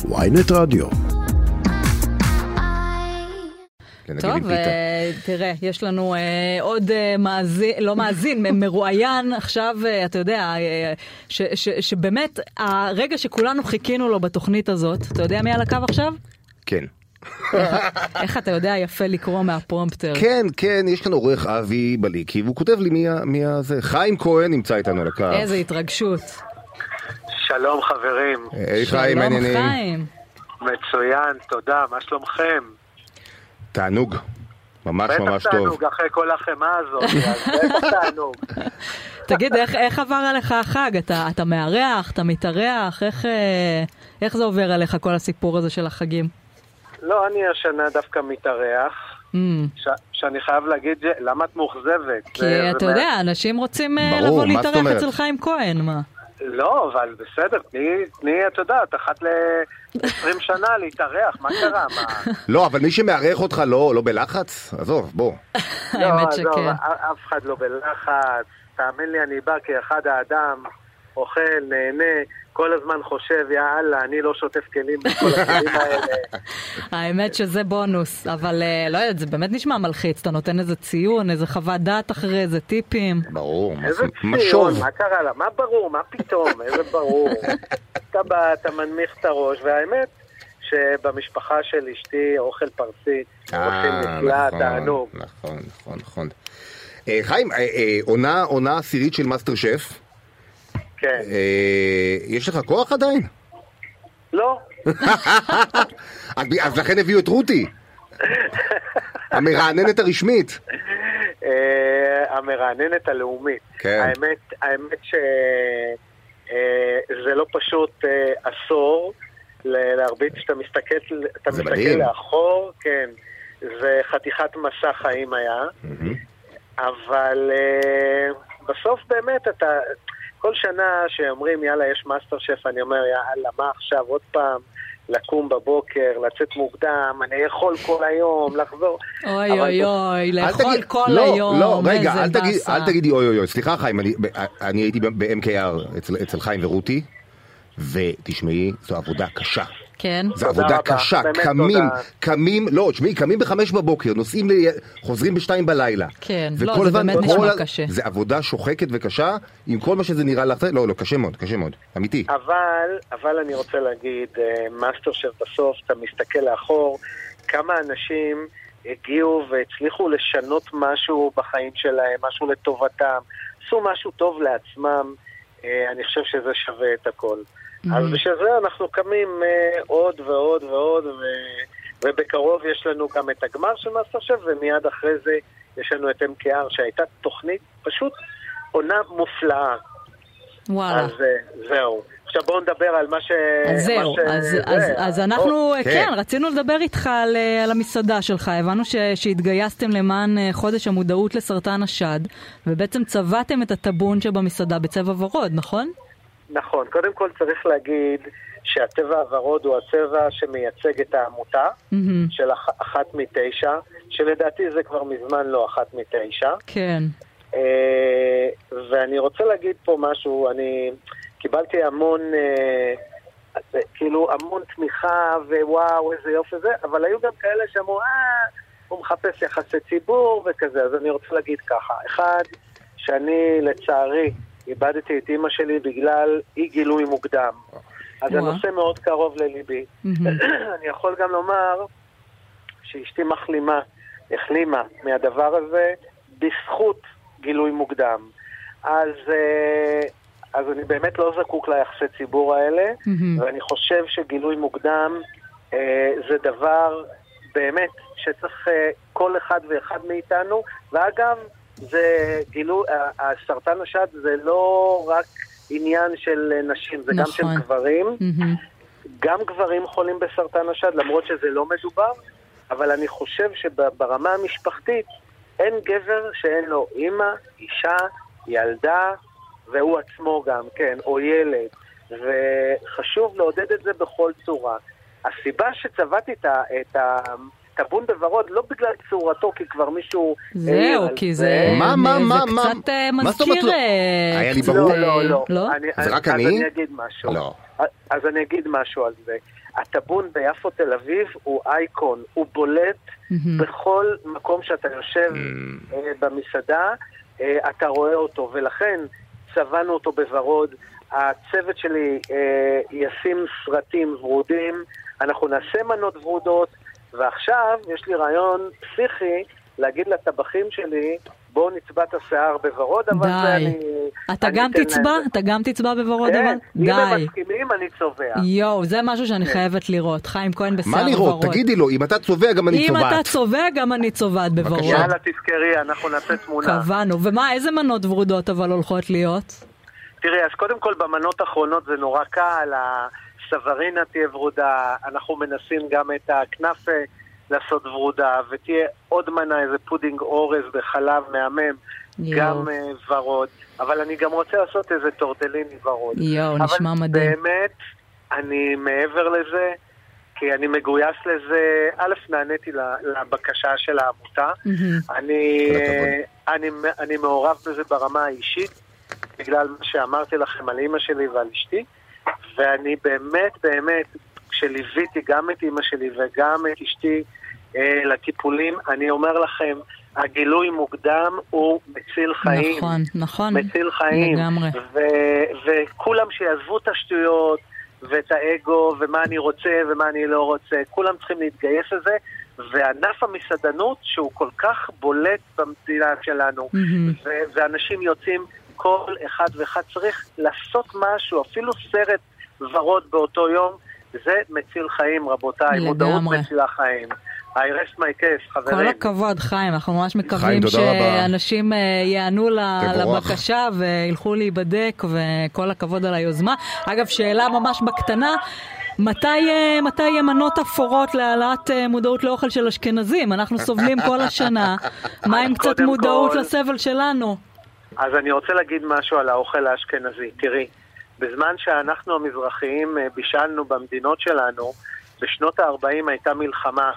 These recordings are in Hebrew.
ynet רדיו. טוב, תראה, יש לנו עוד מאזין, לא מאזין, מרואיין עכשיו, אתה יודע, שבאמת הרגע שכולנו חיכינו לו בתוכנית הזאת, אתה יודע מי על הקו עכשיו? כן. איך אתה יודע יפה לקרוא מהפרומפטר? כן, כן, יש כאן עורך אבי בליקי, והוא כותב לי מי זה. חיים כהן נמצא איתנו על הקו. איזה התרגשות. שלום חברים. היי חיים, מעניינים. שלום חיים. מצוין, תודה, מה שלומכם? תענוג, ממש ממש טוב. בטח תענוג, אחרי כל החמה הזאת, בטח תענוג. תגיד, איך עבר עליך החג? אתה מארח, אתה מתארח? איך זה עובר עליך כל הסיפור הזה של החגים? לא, אני השנה דווקא מתארח, שאני חייב להגיד, למה את מאוכזבת? כי אתה יודע, אנשים רוצים לבוא להתארח אצל חיים כהן, מה? לא, אבל בסדר, תני, אתה יודעת, אחת ל-20 שנה להתארח, מה קרה? לא, אבל מי שמארח אותך לא בלחץ? עזוב, בוא. האמת שכן. אף אחד לא בלחץ, תאמין לי, אני בא כאחד האדם, אוכל, נהנה, כל הזמן חושב, יאללה, אני לא שוטף כלים בכל הכלים האלה. האמת שזה בונוס, אבל לא יודעת, זה באמת נשמע מלחיץ, אתה נותן איזה ציון, איזה חוות דעת אחרי, איזה טיפים. ברור, איזה ציון, מה קרה לה? מה ברור, מה פתאום, איזה ברור. אתה בא, אתה מנמיך את הראש, והאמת שבמשפחה של אשתי אוכל פרסי, אוכל נפלא, תענוג. נכון. חיים, עונה עשירית של מאסטר שף. כן. יש לך כוח עדיין? לא. אז לכן הביאו את רותי. המרעננת הרשמית. המרעננת הלאומית. כן. האמת שזה לא פשוט עשור להרביץ שאתה מסתכל לאחור, כן. זה חתיכת מסע חיים היה. אבל בסוף באמת אתה... כל שנה שאומרים יאללה יש מאסטר שף, אני אומר יאללה מה עכשיו עוד פעם לקום בבוקר, לצאת מוקדם, אני יכול כל היום, לחזור. אוי, לאכול כל היום. לא, רגע, אל תגידי אוי, סליחה חיים, אני הייתי ב-MKR אצל חיים ורותי, ותשמעי, זו עבודה קשה. כן. זו עבודה קשה, קמים ב-5 בבוקר, חוזרים ב-2 בלילה. כן, לא, זה באמת נשמע קשה. זה עבודה שוחקת וקשה, עם כל מה שזה נראה לך, לא, קשה מאוד, אמיתי. אבל אני רוצה להגיד, מאסטר שף בסוף, אתה מסתכל לאחור, כמה אנשים הגיעו והצליחו לשנות משהו בחיים שלהם, משהו לטובתם, עשו משהו טוב לעצמם, אני חושב שזה שווה את הכל. אז בשביל זה אנחנו קמים עוד ועוד ובקרוב יש לנו גם את הגמר של מאסטר שף, ומיד אחרי זה יש לנו את MKR שהייתה תוכנית פשוט עונה מופלאה. וואלה. אז זהו. עכשיו בואו נדבר על מה ש... אז אנחנו, כן, רצינו לדבר איתך על המסעדה שלך. הבנו שהתגייסתם למען חודש המודעות לסרטן השד, ובעצם צבעתם את הטבון שבמסעדה בצבע ורוד, נכון? נכון, קודם כל צריך להגיד שהצבע הוורוד הוא הצבע שמייצג את העמותה של 1/9, שלדעתי זה כבר מזמן לא 1/9. כן. ואני רוצה להגיד פה משהו, אני קיבלתי המון תמיכה ווואו איזה יופי זה, אבל היו גם כאלה שאמרו הוא מחפש יחסי ציבור וכזה, אז אני רוצה להגיד ככה, אחד, שאני לצערי איבדתי את אמא שלי בגלל אי גילוי מוקדם. אז הנושא מאוד קרוב לליבי. אני יכול גם לומר שאשתי החלימה מהדבר הזה בזכות גילוי מוקדם. אז אני באמת לא זקוק ליחסי ציבור האלה, ואני חושב שגילוי מוקדם זה דבר באמת שצריך כל אחד ואחד מאיתנו, ואגב, זה הסרטן השד זה לא רק עניין של נשים, זה גם של גברים. גם גברים חולים בסרטן השד, למרות שזה לא מדובר, אבל אני חושב שברמה המשפחתית אין גבר שאין לו אמא, אישה, ילדה, והוא עצמו גם, כן, או ילד. וחשוב לעודד את זה בכל צורה. הסיבה שצבעתי את טבון בוורוד לא בגלל צורתו, כי כבר מישהו... זהו, כי זה קצת מזכיר... היה לי ברור. לא. זה רק אני? אז אני אגיד משהו. לא. אז אני אגיד משהו על זה. הטאבון ביפו תל אביב הוא אייקון, הוא בולט בכל מקום שאתה יושב במסעדה, אתה רואה אותו, ולכן צבענו אותו בוורוד. הצוות שלי ישים סרטים ורודים, אנחנו נעשה מנות ורודות, ועכשיו יש לי רעיון פסיכי להגיד לטבחים שלי, בואו נצבע את השיער בוורוד, אבל זה אני... אתה גם תצבע? אתה גם תצבע בוורוד? כן, אם הם מסכימים אני צובע. יואו, זה משהו שאני חייבת לראות. חיים כהן בשיער ורוד. מה לראות? תגידי לו, אם אתה צובע גם אני צובעת. אם אתה צובע גם אני צובעת בוורוד. יאללה, תזכרי, אנחנו נעשה תמונה. קבענו. ומה, איזה מנות ורודות אבל הולכות להיות? תראי, אז קודם כל במנות האחרונות זה נורא קל, הסברינה תהיה ורודה, אנחנו מנסים גם את הכנפה לעשות ורודה, ותהיה עוד מנה, איזה פודינג אורז בחלב מהמם, גם ורוד, אבל אני גם רוצה לעשות איזה טורטליני ורוד. נשמע מדהים. אבל באמת, אני מעבר לזה, כי אני מגויס לזה, א', נעניתי לבקשה של העמותה, אני מעורב בזה ברמה האישית, בגלל מה שאמרתי לכם על אמא שלי ועל אשתי, ואני באמת, כשליוויתי גם את אמא שלי וגם את אשתי לטיפולים, אני אומר לכם, הגילוי מוקדם הוא מציל חיים. נכון. מציל חיים. לגמרי. וכולם שיעזבו את השטויות ואת האגו ומה אני רוצה ומה אני לא רוצה, כולם צריכים להתגייס לזה, וענף המסעדנות שהוא כל כך בולט במדינה שלנו, ואנשים יוצאים, כל אחד ואחד צריך לעשות משהו, אפילו סרט ורוד באותו יום, זה מציל חיים, רבותיי. מודעות מצילה חיים. I rest my case, חברים. כל הכבוד, חיים. אנחנו ממש מקווים שאנשים יענו לבקשה וילכו להיבדק, וכל הכבוד על היוזמה. אגב, שאלה ממש בקטנה, מתי יהיה מנות אפורות להעלאת מודעות לאוכל של אשכנזים? אנחנו סובלים כל השנה. מה עם קצת מודעות לסבל שלנו? אז אני רוצה להגיד משהו על האוכל האשכנזי. תראי, בזמן שאנחנו המזרחיים בישלנו במדינות שלנו, בשנות ה-40 הייתה מלחמה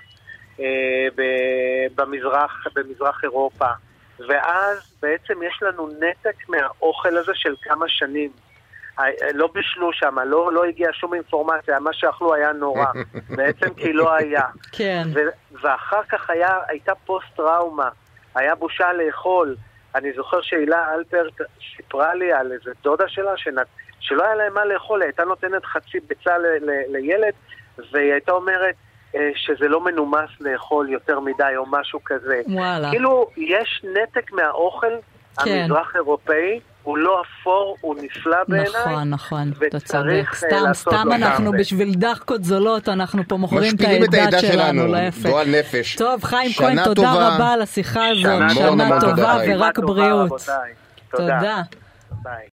במזרח אירופה, ואז בעצם יש לנו נתק מהאוכל הזה של כמה שנים. לא בישלו שם, לא הגיע שום אינפורמציה, מה שאכלו היה נורא, בעצם כי לא היה. כן. ואחר כך הייתה פוסט-טראומה, היה בושה לאכול. אני זוכר שהילה אלפרט סיפרה לי על איזה דודה שלה שלא היה להם מה לאכול, הייתה נותנת חצי ביצה לילד, והיא הייתה אומרת שזה לא מנומס לאכול יותר מדי או משהו כזה. וואלה. כאילו יש נתק מהאוכל המזרח אירופאי, הוא לא אפור, הוא נפלא בעיניי. נכון, אתה צודק. סתם אנחנו בשביל דחקות זולות, אנחנו פה מוכרים את העדה שלנו, לא יפה. גועל נפש. טוב, חיים כהן, תודה רבה על השיחה הזאת. שנה טובה ורק בריאות. תודה. תודה. ביי.